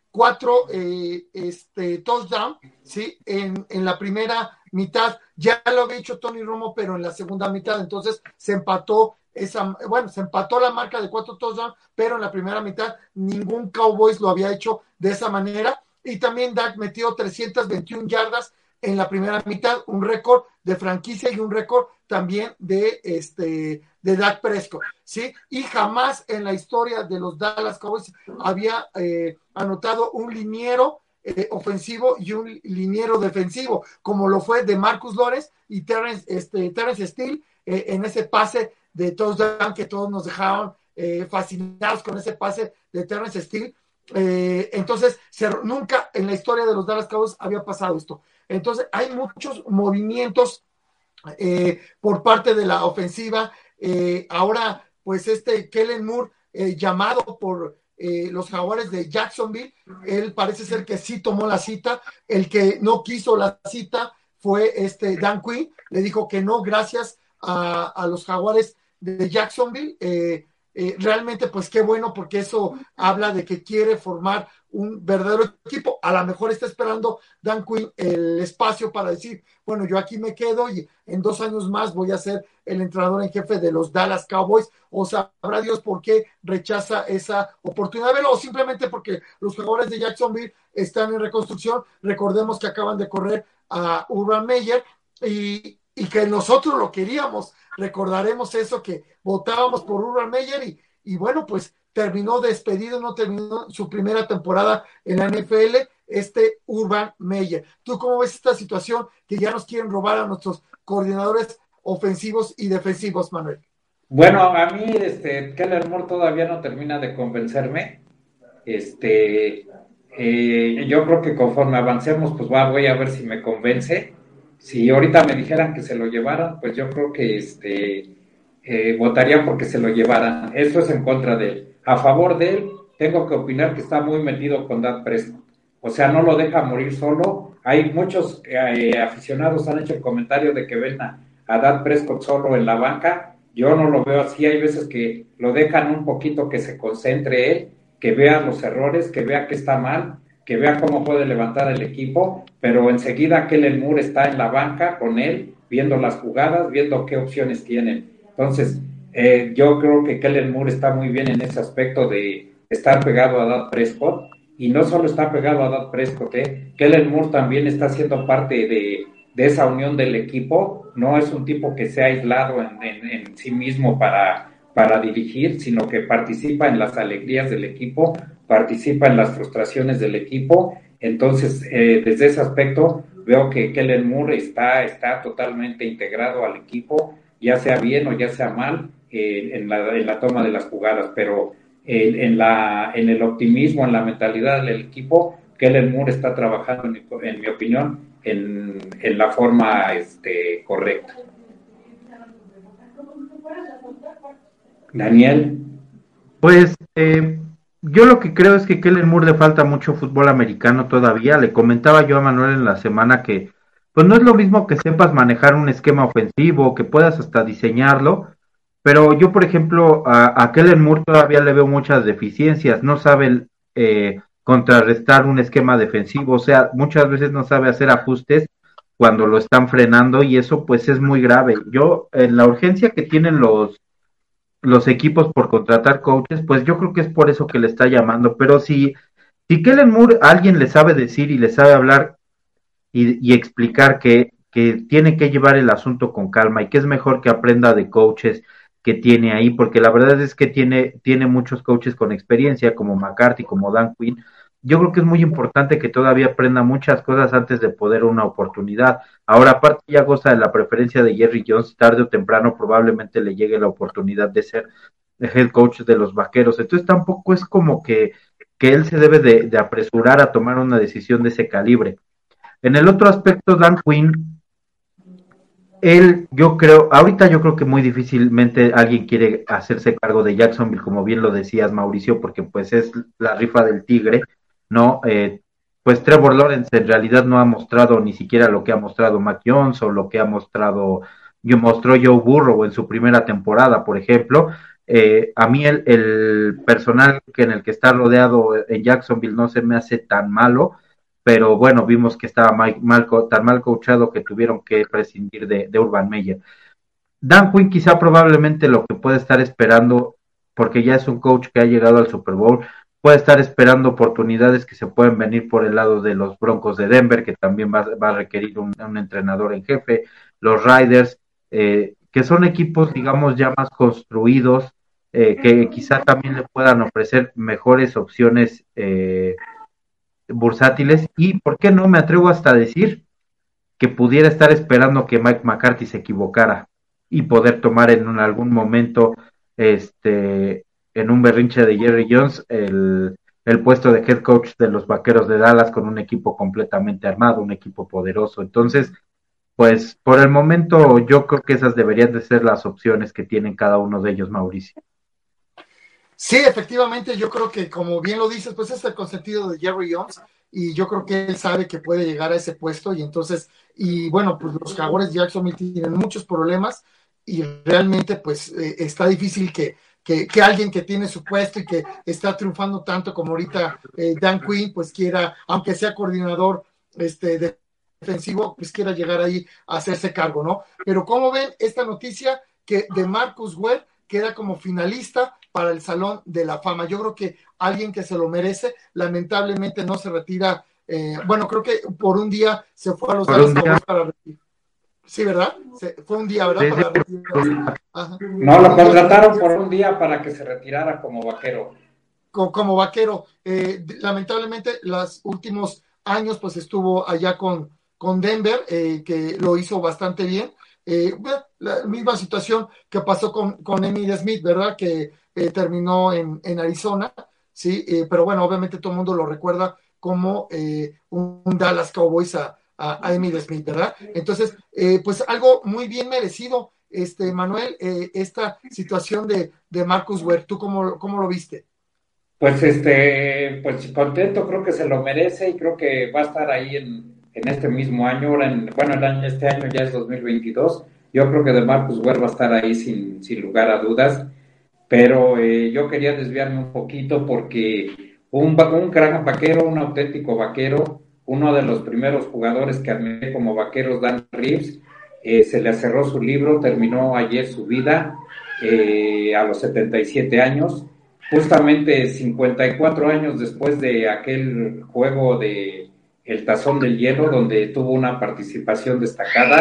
4 touchdowns, ¿sí? En la primera mitad, ya lo había dicho Tony Romo, pero en la segunda mitad, entonces se empató la marca de 4 touchdowns, pero en la primera mitad ningún Cowboys lo había hecho de esa manera, y también Dak metió 321 yardas en la primera mitad, un récord de franquicia y un récord también de Dak Prescott, ¿sí? Y jamás en la historia de los Dallas Cowboys había anotado un liniero ofensivo y un liniero defensivo, como lo fue de Marcus Lawrence y Terrence Steele en ese pase de touchdown que todos nos dejaron fascinados con ese pase de Terrence Steele. Entonces, nunca en la historia de los Dallas Cowboys había pasado esto. Entonces, hay muchos movimientos por parte de la ofensiva. Ahora, pues Kellen Moore, llamado por los Jaguares de Jacksonville, él parece ser que sí tomó la cita. El que no quiso la cita fue Dan Quinn, le dijo que no, gracias a los Jaguares de Jacksonville. Realmente, pues qué bueno, porque eso habla de que quiere formar un verdadero equipo. A lo mejor está esperando Dan Quinn el espacio para decir, bueno, yo aquí me quedo y en 2 años más voy a ser el entrenador en jefe de los Dallas Cowboys, o sabrá Dios por qué rechaza esa oportunidad, o simplemente porque los jugadores de Jacksonville están en reconstrucción. Recordemos que acaban de correr a Urban Meyer y que nosotros lo queríamos. Recordaremos eso, que votábamos por Urban Meyer y bueno, pues terminó despedido, no terminó su primera temporada en la NFL, Urban Meyer. ¿Tú cómo ves esta situación que ya nos quieren robar a nuestros coordinadores ofensivos y defensivos, Manuel? Bueno, a mí Kellen Moore todavía no termina de convencerme. Yo creo que conforme avancemos, pues voy a ver si me convence. Si ahorita me dijeran que se lo llevaran, pues yo creo que votaría porque se lo llevaran. Eso es en contra de él. A favor de él, tengo que opinar que está muy metido con Dak Prescott. O sea, no lo deja morir solo. Hay muchos aficionados han hecho el comentario de que ven a Dak Prescott solo en la banca. Yo no lo veo así. Hay veces que lo dejan un poquito que se concentre él, que vea los errores, que vea que está mal, que vea cómo puede levantar el equipo, pero enseguida Kellen Moore está en la banca con él, viendo las jugadas, viendo qué opciones tienen. Entonces, yo creo que Kellen Moore está muy bien en ese aspecto de estar pegado a Dak Prescott, y no solo está pegado a Dak Prescott, Kellen Moore también está siendo parte de esa unión del equipo. No es un tipo que se ha aislado en sí mismo para dirigir, sino que participa en las alegrías del equipo, participa en las frustraciones del equipo. Entonces, desde ese aspecto, veo que Kellen Moore está totalmente integrado al equipo, ya sea bien o ya sea mal, en la toma de las jugadas, pero en el optimismo, en la mentalidad del equipo, Kellen Moore está trabajando, en mi opinión, en la forma correcta. Daniel. Pues yo lo que creo es que Kellen Moore le falta mucho fútbol americano todavía. Le comentaba yo a Manuel en la semana que pues no es lo mismo que sepas manejar un esquema ofensivo, que puedas hasta diseñarlo, pero yo, por ejemplo, a Kellen Moore todavía le veo muchas deficiencias. No sabe contrarrestar un esquema defensivo, o sea, muchas veces no sabe hacer ajustes cuando lo están frenando, y eso pues es muy grave. Yo, en la urgencia que tienen los equipos por contratar coaches, pues yo creo que es por eso que le está llamando. Pero si Kellen Moore alguien le sabe decir y le sabe hablar y explicar que tiene que llevar el asunto con calma y que es mejor que aprenda de coaches que tiene ahí, porque la verdad es que tiene muchos coaches con experiencia, como McCarthy, como Dan Quinn. Yo creo que es muy importante que todavía aprenda muchas cosas antes de poder una oportunidad. Ahora, aparte, ya goza de la preferencia de Jerry Jones, tarde o temprano probablemente le llegue la oportunidad de ser el head coach de los Vaqueros. Entonces tampoco es como que él se debe de apresurar a tomar una decisión de ese calibre. En el otro aspecto, Dan Quinn, yo creo que muy difícilmente alguien quiere hacerse cargo de Jacksonville, como bien lo decías, Mauricio, porque pues es la rifa del tigre, ¿no? Pues Trevor Lawrence en realidad no ha mostrado ni siquiera lo que ha mostrado Mac Jones o lo que ha mostrado mostró Joe Burrow en su primera temporada, por ejemplo. A mí el personal en el que está rodeado en Jacksonville no se me hace tan malo, pero bueno, vimos que estaba tan mal coachado que tuvieron que prescindir de Urban Meyer. Dan Quinn quizá probablemente lo que puede estar esperando, porque ya es un coach que ha llegado al Super Bowl, puede estar esperando oportunidades que se pueden venir por el lado de los Broncos de Denver, que también va a requerir un entrenador en jefe, los Riders, que son equipos, digamos, ya más construidos, que quizá también le puedan ofrecer mejores opciones bursátiles, y por qué no me atrevo hasta a decir que pudiera estar esperando que Mike McCarthy se equivocara y poder tomar en algún momento, en un berrinche de Jerry Jones, el puesto de head coach de los Vaqueros de Dallas con un equipo completamente armado, un equipo poderoso. Entonces, pues por el momento yo creo que esas deberían de ser las opciones que tienen cada uno de ellos, Mauricio. Sí, efectivamente, yo creo que como bien lo dices, pues es el consentido de Jerry Jones, y yo creo que él sabe que puede llegar a ese puesto, y entonces, y bueno, pues los Jaguares de Jacksonville tienen muchos problemas, y realmente pues está difícil que alguien que tiene su puesto y que está triunfando tanto como ahorita Dan Quinn, pues quiera, aunque sea coordinador defensivo, pues quiera llegar ahí a hacerse cargo, ¿no? Pero ¿cómo ven esta noticia que de Marcus Ware queda como finalista para el Salón de la Fama? Yo creo que alguien que se lo merece, lamentablemente no se retira, bueno, creo que por un día se fue a los Dallas Cowboys para retirar. Sí, ¿verdad? Fue un día, ¿verdad? Sí, para retirarse. No, lo contrataron por un día para que se retirara como vaquero. Como vaquero. Lamentablemente, los últimos años, pues estuvo allá con Denver, que lo hizo bastante bien. La misma situación que pasó con Emmitt Smith, ¿verdad? Que terminó en Arizona, ¿sí? Pero bueno, obviamente todo el mundo lo recuerda como un Dallas Cowboys a Emmitt Smith, ¿verdad? Entonces, pues algo muy bien merecido, Manuel, esta situación de Marcus Ware. ¿Tú cómo lo viste? Pues pues contento, creo que se lo merece, y creo que va a estar ahí en este mismo año. Ahora este año ya es 2022. Yo creo que de Marcus Ware va a estar ahí sin lugar a dudas, pero yo quería desviarme un poquito porque un gran vaquero, un auténtico vaquero, uno de los primeros jugadores que armé como vaqueros, Dan Reeves, se le cerró su libro, terminó ayer su vida a los 77 años, justamente 54 años después de aquel juego de el Tazón del Hielo, donde tuvo una participación destacada,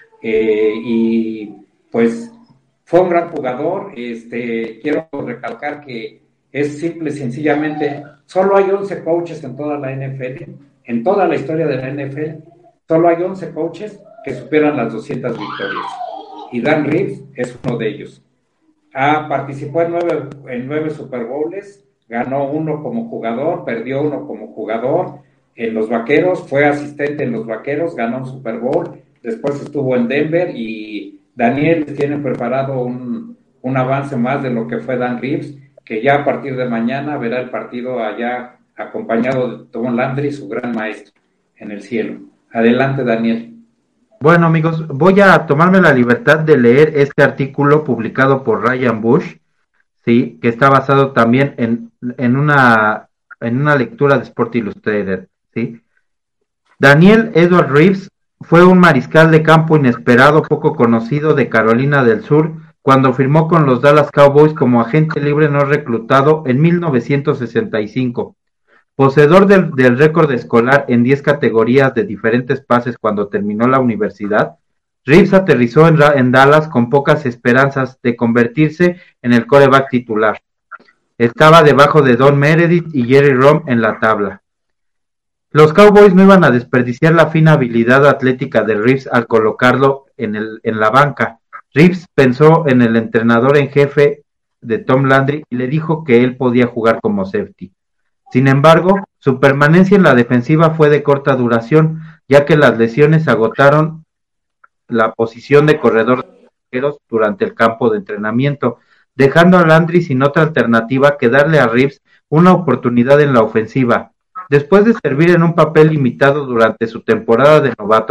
y pues fue un gran jugador. Quiero recalcar que es simple y sencillamente, solo hay 11 coaches en toda la NFL, en toda la historia de la NFL, solo hay 11 coaches que superan las 200 victorias, y Dan Reeves es uno de ellos. Participó en 9 Super Bowls, ganó uno como jugador, perdió uno como jugador en los Vaqueros, fue asistente en los Vaqueros, ganó un Super Bowl, después estuvo en Denver, y Daniel tiene preparado un avance más de lo que fue Dan Reeves, que ya a partir de mañana verá el partido allá acompañado de Tom Landry, su gran maestro, en el cielo. Adelante, Daniel. Bueno, amigos, voy a tomarme la libertad de leer este artículo publicado por Ryan Bush, sí, que está basado también en una lectura de Sport Illustrated, sí. Daniel Edward Reeves fue un mariscal de campo inesperado, poco conocido de Carolina del Sur, cuando firmó con los Dallas Cowboys como agente libre no reclutado en 1965. Poseedor del récord escolar en 10 categorías de diferentes pases cuando terminó la universidad, Reeves aterrizó en Dallas con pocas esperanzas de convertirse en el quarterback titular. Estaba debajo de Don Meredith y Jerry Rom en la tabla. Los Cowboys no iban a desperdiciar la fina habilidad atlética de Reeves al colocarlo en la banca. Reeves pensó en el entrenador en jefe de Tom Landry y le dijo que él podía jugar como safety. Sin embargo, su permanencia en la defensiva fue de corta duración, ya que las lesiones agotaron la posición de corredor de vaqueros durante el campo de entrenamiento, dejando a Landry sin otra alternativa que darle a Reeves una oportunidad en la ofensiva. Después de servir en un papel limitado durante su temporada de novato,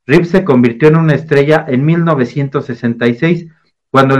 Reeves se convirtió en una estrella en 1966, cuando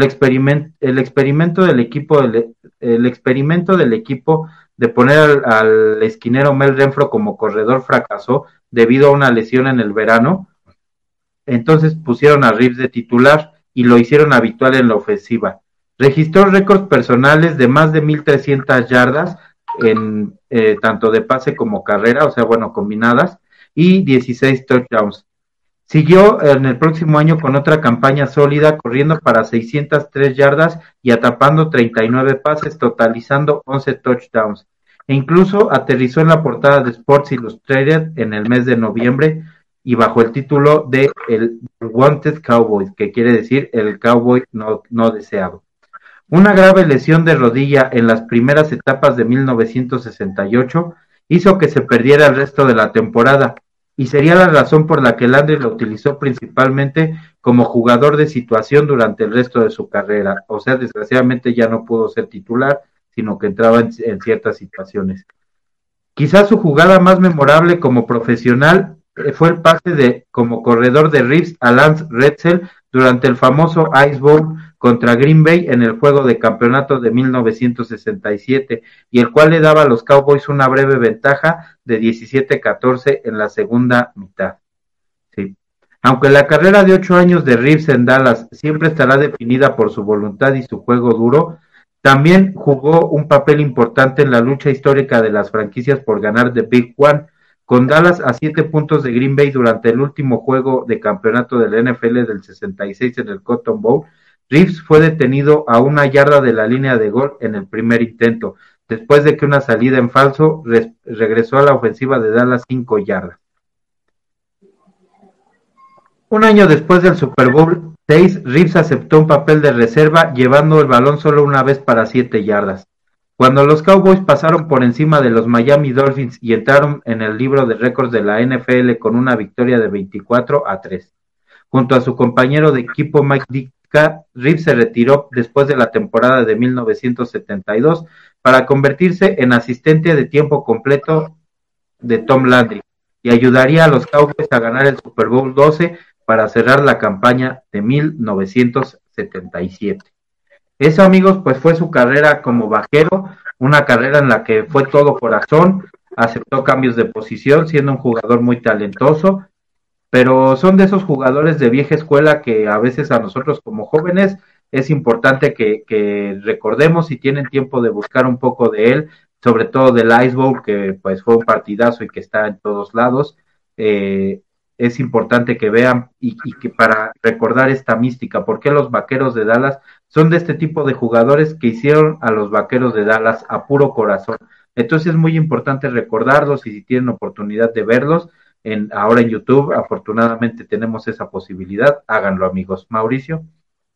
el experimento del equipo de poner al esquinero Mel Renfro como corredor fracasó debido a una lesión en el verano. Entonces pusieron a Reeves de titular y lo hicieron habitual en la ofensiva. Registró récords personales de más de 1,300 yardas en tanto de pase como carrera, o sea, bueno, combinadas, y 16 touchdowns. Siguió en el próximo año con otra campaña sólida, corriendo para 603 yardas y atrapando 39 pases, totalizando 11 touchdowns. E incluso aterrizó en la portada de Sports Illustrated en el mes de noviembre y bajo el título de el Wanted Cowboy, que quiere decir el cowboy no deseado. Una grave lesión de rodilla en las primeras etapas de 1968 hizo que se perdiera el resto de la temporada, y sería la razón por la que Landry lo utilizó principalmente como jugador de situación durante el resto de su carrera. O sea, desgraciadamente ya no pudo ser titular, sino que entraba en ciertas situaciones. Quizás su jugada más memorable como profesional fue el pase como corredor de Reeves a Lance Retzel durante el famoso Ice Bowl contra Green Bay en el juego de campeonato de 1967, y el cual le daba a los Cowboys una breve ventaja de 17-14 en la segunda mitad. Sí. Aunque la carrera de 8 años de Reeves en Dallas siempre estará definida por su voluntad y su juego duro, también jugó un papel importante en la lucha histórica de las franquicias por ganar The Big One, con Dallas a 7 puntos de Green Bay durante el último juego de campeonato del NFL del 66 en el Cotton Bowl. Reeves fue detenido a 1 yarda de la línea de gol en el primer intento, después de que una salida en falso regresó a la ofensiva de Dallas 5 yardas. Un año después del Super Bowl 6, Reeves aceptó un papel de reserva, llevando el balón solo una vez para 7 yardas. Cuando los Cowboys pasaron por encima de los Miami Dolphins y entraron en el libro de récords de la NFL con una victoria de 24-3. Junto a su compañero de equipo Mike Ditka, Reeves se retiró después de la temporada de 1972 para convertirse en asistente de tiempo completo de Tom Landry, y ayudaría a los Cowboys a ganar el Super Bowl 12 para cerrar la campaña de 1977. Eso, amigos, pues fue su carrera como vaquero, una carrera en la que fue todo corazón, aceptó cambios de posición, siendo un jugador muy talentoso, pero son de esos jugadores de vieja escuela que a veces a nosotros como jóvenes es importante que recordemos, si tienen tiempo de buscar un poco de él, sobre todo del Ice Bowl, que pues fue un partidazo y que está en todos lados. Es importante que vean y que para recordar esta mística, porque los Vaqueros de Dallas son de este tipo de jugadores que hicieron a los Vaqueros de Dallas a puro corazón. Entonces es muy importante recordarlos, y si tienen oportunidad de verlos, ahora en YouTube, afortunadamente tenemos esa posibilidad, háganlo, amigos. Mauricio.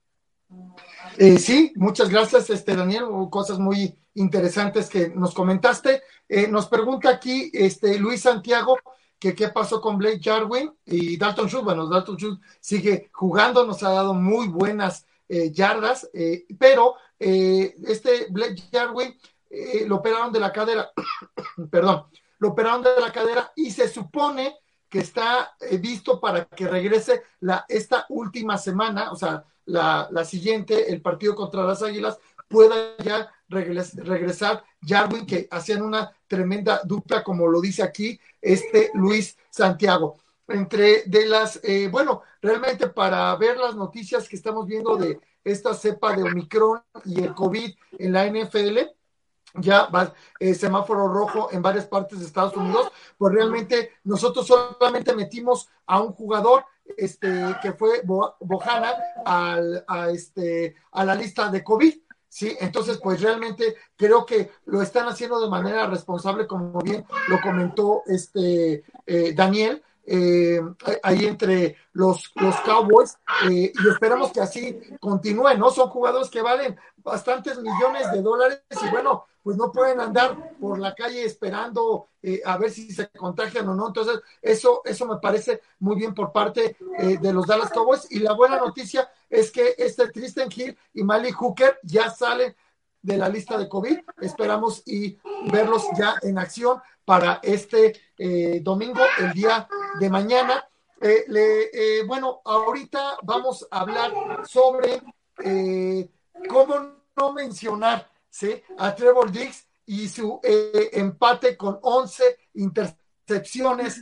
Sí, muchas gracias, Daniel, cosas muy interesantes que nos comentaste. Nos pregunta aquí Luis Santiago que qué pasó con Blake Jarwin y Dalton Schultz. Bueno, Dalton Schultz sigue jugando, nos ha dado muy buenas yardas, pero Blake Jarwin lo operaron de la cadera, perdón, lo operaron de la cadera y se supone que está visto para que regrese esta última semana, o sea, la siguiente, el partido contra las Águilas, pueda ya regresar Jarwin, que hacían una tremenda dupla, como lo dice aquí Luis Santiago. Entre de las, bueno, realmente para ver las noticias que estamos viendo de esta cepa de Omicron y el COVID en la NFL, ya va semáforo rojo en varias partes de Estados Unidos, pues realmente nosotros solamente metimos a un jugador que fue Bohanna a la lista de COVID, ¿sí? Entonces, pues realmente creo que lo están haciendo de manera responsable, como bien lo comentó Daniel, ahí entre los Cowboys, y esperamos que así continúe, ¿no? Son jugadores que valen bastantes millones de dólares y bueno, pues no pueden andar por la calle esperando a ver si se contagian o no. Entonces, eso me parece muy bien por parte de los Dallas Cowboys. Y la buena noticia es que Tristan Hill y Malik Hooker ya salen de la lista de COVID. Esperamos y verlos ya en acción para domingo, el día de mañana. Bueno, ahorita vamos a hablar sobre cómo no mencionar, ¿sí?, a Trevor Diggs y su empate con 11 intercepciones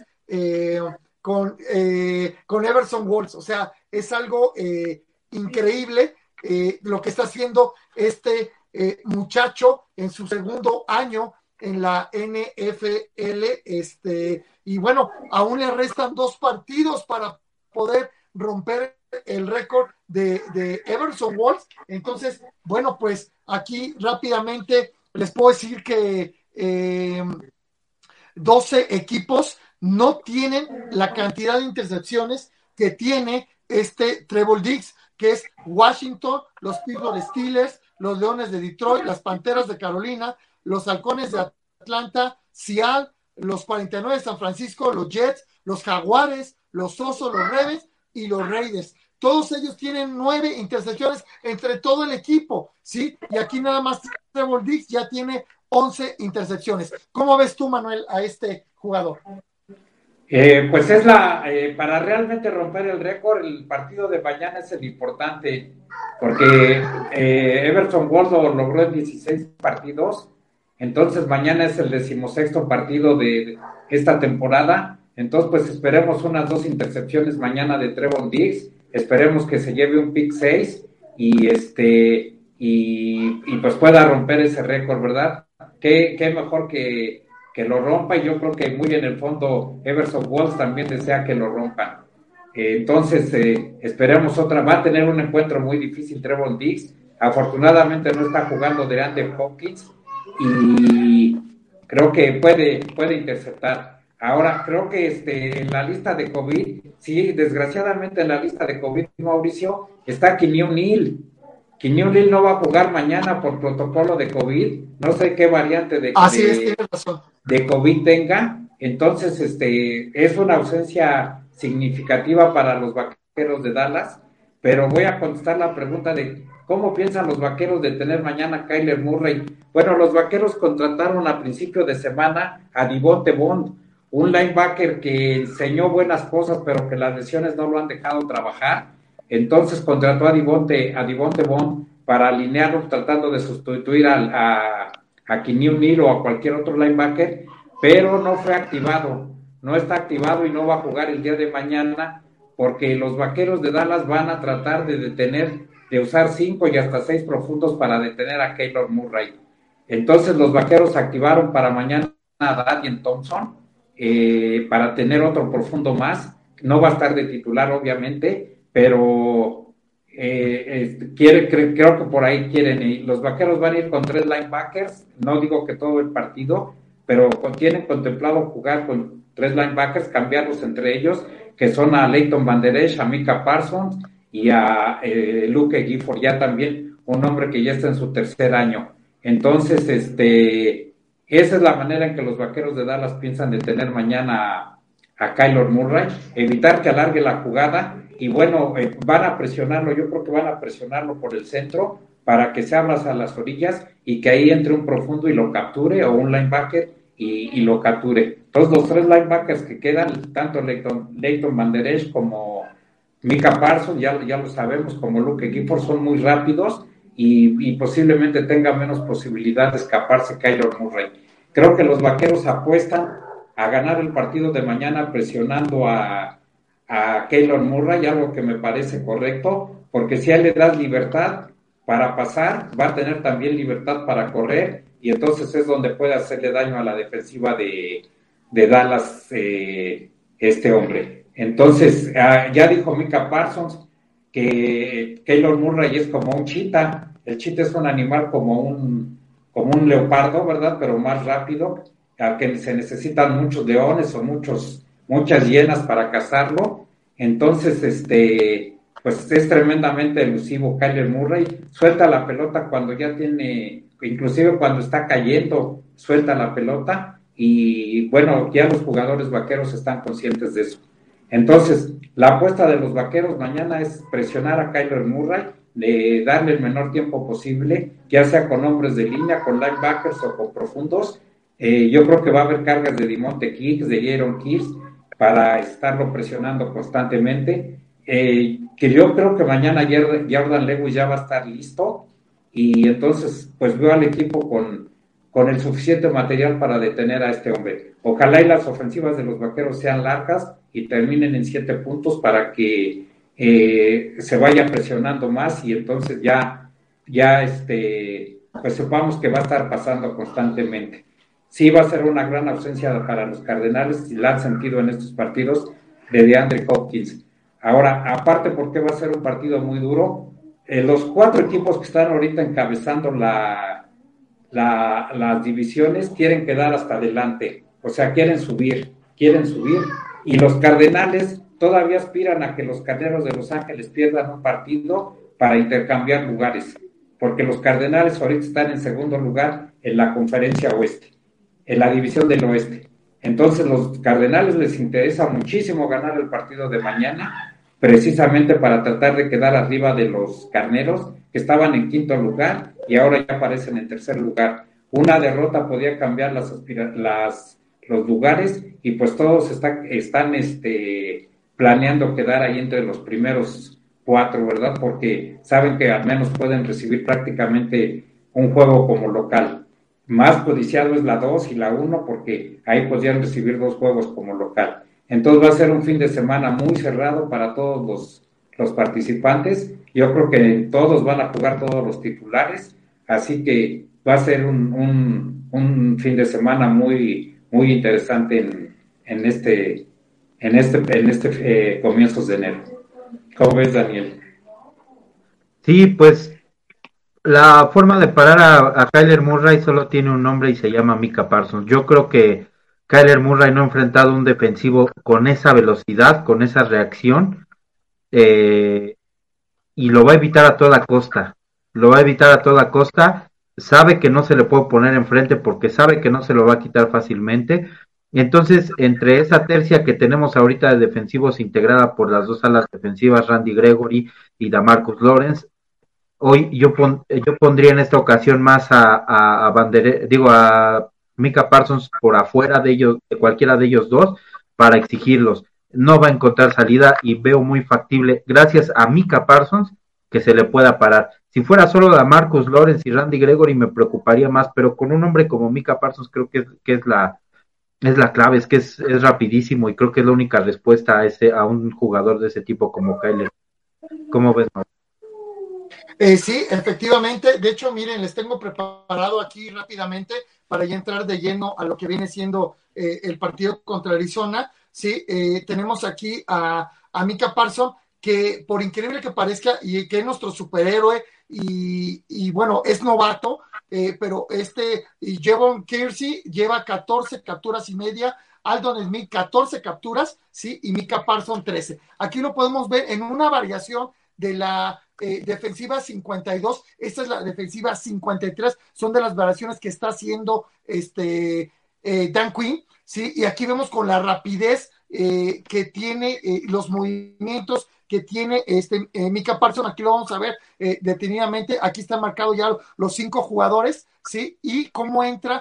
con Everson Walls. O sea, es algo increíble lo que está haciendo este muchacho en su segundo año en la NFL. Y bueno, aún le restan 2 partidos para poder romper el récord de Everson Walls. Entonces, bueno, pues aquí rápidamente les puedo decir que 12 equipos no tienen la cantidad de intercepciones que tiene este Trevor Diggs, que es Washington, los Pittsburgh Steelers, los Leones de Detroit, las Panteras de Carolina, los Halcones de Atlanta, Seattle, los 49 de San Francisco, los Jets, los Jaguares, los Osos, los Ravens y los Raiders. Todos ellos tienen 9 intercepciones entre todo el equipo, ¿sí? Y aquí nada más Trevor Diggs ya tiene 11 intercepciones. ¿Cómo ves tú, Manuel, a este jugador? Pues para realmente romper el récord, el partido de mañana es el importante, porque Everson Walls lo logró en 16 partidos, entonces mañana es el 16º partido de esta temporada, entonces pues esperemos unas 2 intercepciones mañana de Trevor Diggs, esperemos que se lleve un pick 6 y pues pueda romper ese récord, ¿verdad? Qué mejor que lo rompa, y yo creo que muy en el fondo Everson Walls también desea que lo rompan. Entonces, esperemos va a tener un encuentro muy difícil Trevor Diggs. Afortunadamente no está jugando DeAndre Hopkins y creo que puede interceptar. Ahora, creo que en la lista de COVID, sí, desgraciadamente en la lista de COVID, Mauricio, está Keanu Neal. Keanu Neal no va a jugar mañana por protocolo de COVID, no sé qué variante de COVID tenga, entonces es una ausencia significativa para los Vaqueros de Dallas, pero voy a contestar la pregunta de ¿cómo piensan los Vaqueros de tener mañana a Kyler Murray? Bueno, los Vaqueros contrataron a principio de semana a Devonte Bond, un linebacker que enseñó buenas cosas, pero que las lesiones no lo han dejado trabajar. Entonces contrató a Devonte Bond para alinearlo, tratando de sustituir a Keanu Neal o a cualquier otro linebacker, pero no fue activado, no está activado y no va a jugar el día de mañana, porque los Vaqueros de Dallas van a tratar de usar 5 y hasta 6 profundos para detener a Kyler Murray. Entonces los Vaqueros activaron para mañana a Darian Thompson, para tener otro profundo más. No va a estar de titular, obviamente, pero creo que por ahí quieren ir. Los Vaqueros van a ir con 3 linebackers, no digo que todo el partido, pero tienen contemplado jugar con 3 linebackers, cambiarlos entre ellos, que son a Leighton Vander Esch, a Micah Parsons y a Luke Gifford, ya también un hombre que ya está en su 3er año. Entonces, esa es la manera en que los Vaqueros de Dallas piensan detener mañana a Kyler Murray, evitar que alargue la jugada. Y bueno, van a presionarlo, yo creo que van a presionarlo por el centro para que se abra a las orillas y que ahí entre un profundo y lo capture, o un linebacker y lo capture. Entonces los 3 linebackers que quedan, tanto Leighton Vander Esch como Micah Parsons, ya lo sabemos, como Luke Gifford, son muy rápidos y posiblemente tenga menos posibilidad de escaparse Kyler Murray. Creo que los Vaqueros apuestan a ganar el partido de mañana presionando a Kyler Murray, algo que me parece correcto, porque si a él le das libertad para pasar, va a tener también libertad para correr, y entonces es donde puede hacerle daño a la defensiva de Dallas este hombre. Entonces, ya dijo Micah Parsons que Kyler Murray es como un chita. El chita es un animal como un leopardo, ¿verdad? Pero más rápido, al que se necesitan muchos leones o muchas hienas para cazarlo. Entonces, pues es tremendamente elusivo Kyler Murray. Suelta la pelota cuando ya tiene, inclusive cuando está cayendo, suelta la pelota, y bueno, ya los jugadores Vaqueros están conscientes de eso. Entonces, la apuesta de los Vaqueros mañana es presionar a Kyler Murray, de darle el menor tiempo posible, ya sea con hombres de línea, con linebackers o con profundos. Yo creo que va a haber cargas de Demonte Keith, de Jaron Keith, para estarlo presionando constantemente. Que yo creo que mañana Jordan Lewis ya va a estar listo y entonces pues veo al equipo con el suficiente material para detener a este hombre. Ojalá y las ofensivas de los Vaqueros sean largas y terminen en 7 puntos para que se vaya presionando más y entonces ya pues sepamos que va a estar pasando constantemente. Sí va a ser una gran ausencia para los Cardenales, si la han sentido en estos partidos, de DeAndre Hopkins. Ahora, aparte, porque va a ser un partido muy duro, los 4 equipos que están ahorita encabezando las divisiones quieren quedar hasta adelante, o sea, quieren subir, y los Cardenales todavía aspiran a que los Carneros de Los Ángeles pierdan un partido para intercambiar lugares, porque los Cardenales ahorita están en segundo lugar en la conferencia oeste, en la división del oeste. Entonces los Cardenales les interesa muchísimo ganar el partido de mañana, precisamente para tratar de quedar arriba de los Carneros, que estaban en quinto lugar y ahora ya aparecen en tercer lugar. Una derrota podía cambiar los lugares y pues todos están planeando quedar ahí entre los primeros 4, ¿verdad? Porque saben que al menos pueden recibir prácticamente un juego como local. Más codiciado es la 2 y la 1 porque ahí podrían recibir 2 juegos como local. Entonces va a ser un fin de semana muy cerrado para todos los participantes. Yo creo que todos van a jugar todos los titulares, así que va a ser un fin de semana muy, muy interesante en comienzos de enero. ¿Cómo ves, Daniel? Sí, pues la forma de parar a Kyler Murray solo tiene un nombre y se llama Micah Parsons. Yo creo que Kyler Murray no ha enfrentado un defensivo con esa velocidad, con esa reacción, eh, y lo va a evitar a toda costa. Lo va a evitar a toda costa. Sabe que no se le puede poner enfrente porque sabe que no se lo va a quitar fácilmente. Entonces, entre esa tercia que tenemos ahorita de defensivos integrada por las 2 alas defensivas, Randy Gregory y Damarcus Lawrence, hoy yo pondría en esta ocasión más a Micah Parsons por afuera de ellos, de cualquiera de ellos dos, para exigirlos. No va a encontrar salida y veo muy factible, gracias a Micah Parsons, que se le pueda parar. Si fuera solo a Marcus Lawrence y Randy Gregory me preocuparía más, pero con un hombre como Micah Parsons creo que es la clave, es que es rapidísimo y creo que es la única respuesta a un jugador de ese tipo como Kyler. ¿Cómo ves, Mauro? Sí, efectivamente. De hecho, miren, les tengo preparado aquí rápidamente para ya entrar de lleno a lo que viene siendo el partido contra Arizona. Sí, tenemos aquí a Micah Parsons, que por increíble que parezca, y que es nuestro superhéroe, y bueno, es novato, pero y Jevon Kersey lleva 14 capturas y media, Aldon Smith 14 capturas, sí, y Micah Parsons 13. Aquí lo podemos ver en una variación de la defensiva 52, esta es la defensiva 53, son de las variaciones que está haciendo Dan Quinn, ¿sí? Y aquí vemos con la rapidez que tiene, los movimientos que tiene Micah Parsons. Aquí lo vamos a ver detenidamente, aquí están marcados ya los 5 jugadores, ¿sí? Y cómo entra,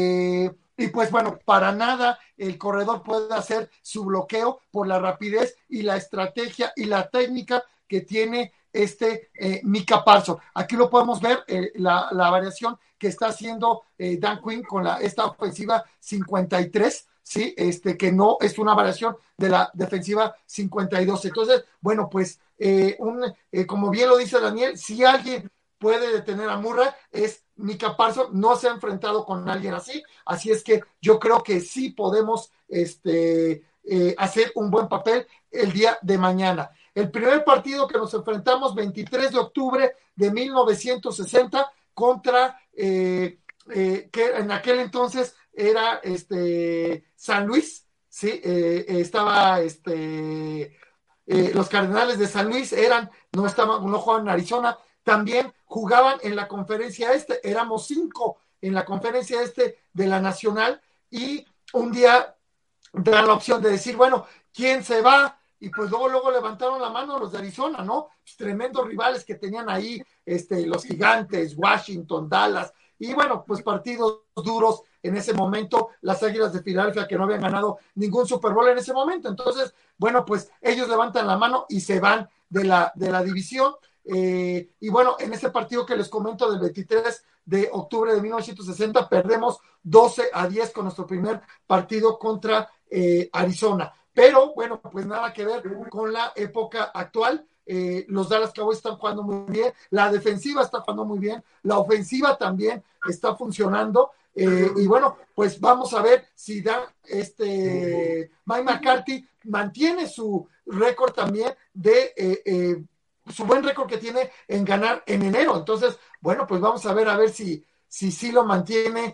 y pues bueno, para nada el corredor puede hacer su bloqueo por la rapidez y la estrategia y la técnica que tiene Micah Parsons. Aquí lo podemos ver, la variación que está haciendo Dan Quinn con esta ofensiva 53, ¿sí? Que no es una variación de la defensiva 52. Entonces, bueno, pues, como bien lo dice Daniel, si alguien puede detener a Murray, es Micah Parsons. No se ha enfrentado con alguien así es que yo creo que sí podemos hacer un buen papel el día de mañana. El primer partido que nos enfrentamos, 23 de octubre de 1960, contra, que en aquel entonces era San Luis, ¿sí? Estaba los Cardenales de San Luis, no jugaban en Arizona, también jugaban en la conferencia éramos 5 en la conferencia de la Nacional, y un día dan la opción de decir, bueno, ¿quién se va? Y pues luego levantaron la mano los de Arizona, ¿no? Pues tremendos rivales que tenían ahí, los Gigantes, Washington, Dallas, y bueno, pues partidos duros en ese momento las Águilas de Filadelfia, que no habían ganado ningún Super Bowl en ese momento. Entonces, bueno, pues ellos levantan la mano y se van de la división. Y bueno, en ese partido que les comento del 23 de octubre de 1960, perdemos 12-10 con nuestro primer partido contra Arizona. Pero bueno, pues nada que ver con la época actual. Los Dallas Cowboys están jugando muy bien, la defensiva está jugando muy bien, la ofensiva también está funcionando. Y bueno, pues vamos a ver si Mike McCarthy mantiene su récord también de su buen récord que tiene en ganar en enero. Entonces, bueno, pues vamos a ver si sí lo mantiene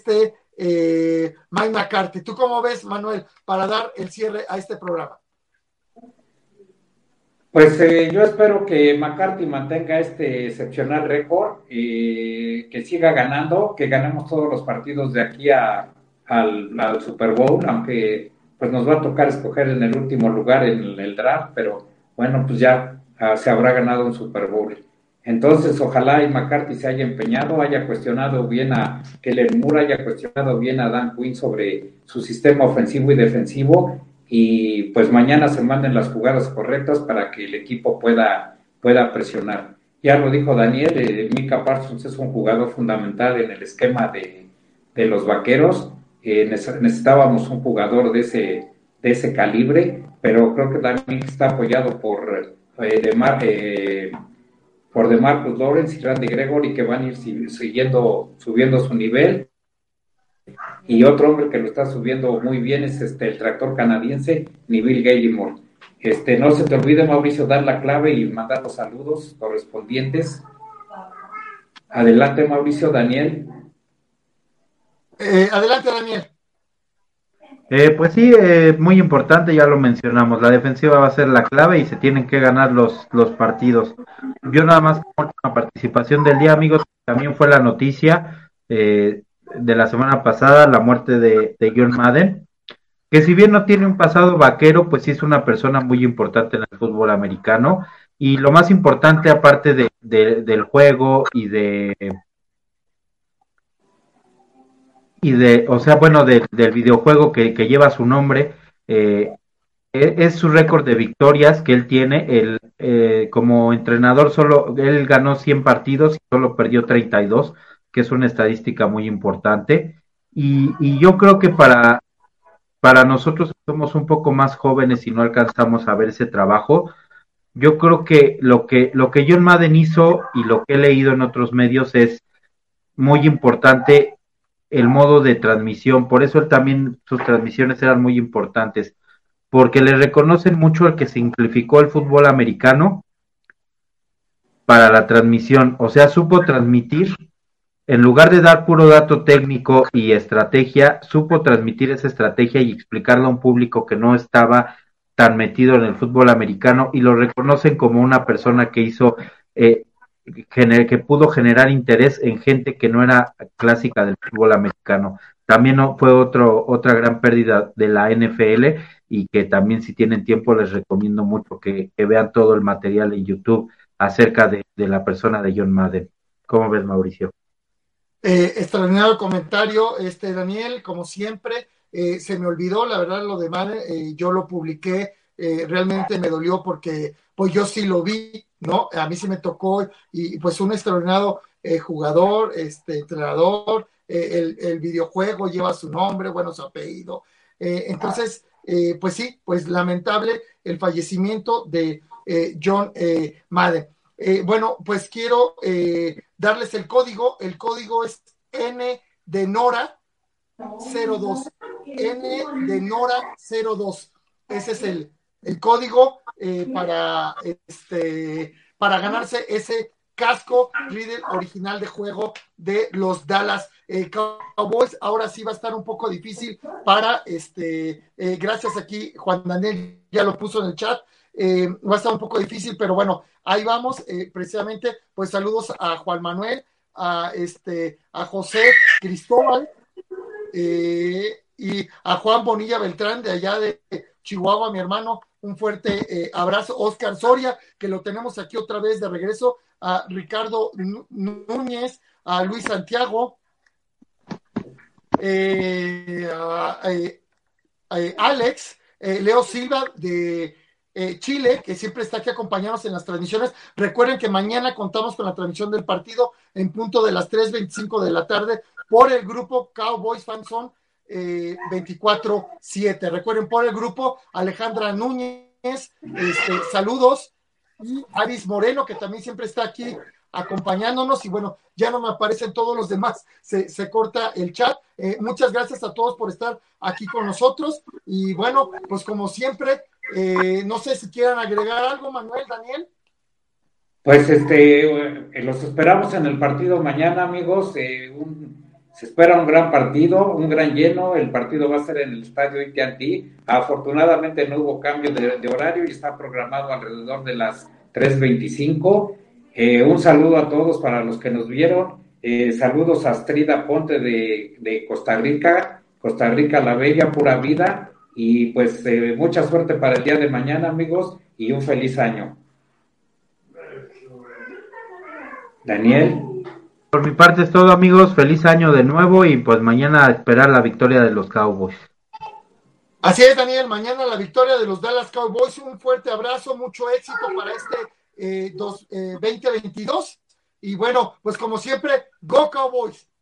Mike McCarthy. ¿Tú cómo ves, Manuel, para dar el cierre a este programa? Pues yo espero que McCarthy mantenga este excepcional récord, que siga ganando, que ganemos todos los partidos de aquí al Super Bowl, aunque pues nos va a tocar escoger en el último lugar en el draft, pero bueno, pues ya se habrá ganado un Super Bowl. Entonces, ojalá y McCarthy se haya empeñado, haya cuestionado bien a Kellen Moore, haya cuestionado bien a Dan Quinn sobre su sistema ofensivo y defensivo, y pues mañana se manden las jugadas correctas para que el equipo pueda presionar. Ya lo dijo Daniel, Micah Parsons es un jugador fundamental en el esquema de los Vaqueros. Necesitábamos un jugador de ese calibre, pero creo que también está apoyado por DeMarcus Lawrence y Randy Gregory, que van a ir subiendo su nivel. Y otro hombre que lo está subiendo muy bien es el tractor canadiense, Neville Gallimore. No se te olvide, Mauricio, dar la clave y mandar los saludos correspondientes. Adelante, Mauricio. Daniel. Adelante, Daniel. Pues sí, muy importante, ya lo mencionamos, la defensiva va a ser la clave y se tienen que ganar los partidos. Yo nada más como última participación del día, amigos, también fue la noticia de la semana pasada, la muerte de John Madden, que si bien no tiene un pasado vaquero, pues sí es una persona muy importante en el fútbol americano, y lo más importante aparte del juego o sea, bueno, del videojuego que lleva su nombre, es su récord de victorias que él tiene. Como entrenador, solo él ganó 100 partidos y solo perdió 32, que es una estadística muy importante. Y yo creo que para nosotros que somos un poco más jóvenes y no alcanzamos a ver ese trabajo, yo creo que lo que John Madden hizo y lo que he leído en otros medios es muy importante, el modo de transmisión. Por eso él también, sus transmisiones eran muy importantes, porque le reconocen mucho el que simplificó el fútbol americano para la transmisión. O sea, supo transmitir, en lugar de dar puro dato técnico y estrategia, supo transmitir esa estrategia y explicarlo a un público que no estaba tan metido en el fútbol americano, y lo reconocen como una persona que hizo que pudo generar interés en gente que no era clásica del fútbol americano. También fue otra gran pérdida de la NFL, y que también, si tienen tiempo, les recomiendo mucho que vean todo el material en YouTube acerca de la persona de John Madden. ¿Cómo ves, Mauricio? Extraordinario comentario, Daniel, como siempre. Se me olvidó, la verdad, lo de Madden. Yo lo publiqué, realmente me dolió porque pues yo sí lo vi, ¿no? A mí sí me tocó, y pues un extraordinario jugador, entrenador. El videojuego lleva su nombre, bueno, su apellido. Entonces, pues sí, pues lamentable el fallecimiento de John Madden. Bueno, pues quiero darles el código. El código es N de Nora 02. N de Nora 02. Ese es el código para ganarse ese casco Riddle original de juego de los Dallas Cowboys. Ahora sí va a estar un poco difícil para gracias, aquí Juan Daniel ya lo puso en el chat. Va a estar un poco difícil, pero bueno, ahí vamos. Precisamente, pues saludos a Juan Manuel, a José Cristóbal, y a Juan Bonilla Beltrán de allá de Chihuahua, mi hermano. Un fuerte abrazo. Oscar Soria, que lo tenemos aquí otra vez de regreso, a Ricardo Núñez, a Luis Santiago, Alex, Leo Silva de Chile, que siempre está aquí acompañándonos en las transmisiones. Recuerden que mañana contamos con la transmisión del partido en punto de las 3:25 de la tarde por el grupo Cowboys Fanzone 24/7. Recuerden, por el grupo Alejandra Núñez, saludos, y Aris Moreno, que también siempre está aquí acompañándonos, y bueno, ya no me aparecen todos los demás, se corta el chat. Muchas gracias a todos por estar aquí con nosotros, y bueno, pues como siempre, no sé si quieran agregar algo, Manuel, Daniel. Pues los esperamos en el partido mañana, amigos. Se espera un gran partido, un gran lleno. El partido va a ser en el estadio AT&T. Afortunadamente no hubo cambio de horario y está programado alrededor de las 3:25. Un saludo a todos para los que nos vieron. Saludos a Astrida Ponte de Costa Rica. Costa Rica la Bella, pura vida. Y pues mucha suerte para el día de mañana, amigos, y un feliz año. Daniel. Por mi parte es todo, amigos. Feliz año de nuevo y pues mañana a esperar la victoria de los Cowboys. Así es, Daniel. Mañana la victoria de los Dallas Cowboys. Un fuerte abrazo, mucho éxito para este 2022. Y bueno, pues como siempre, Go Cowboys.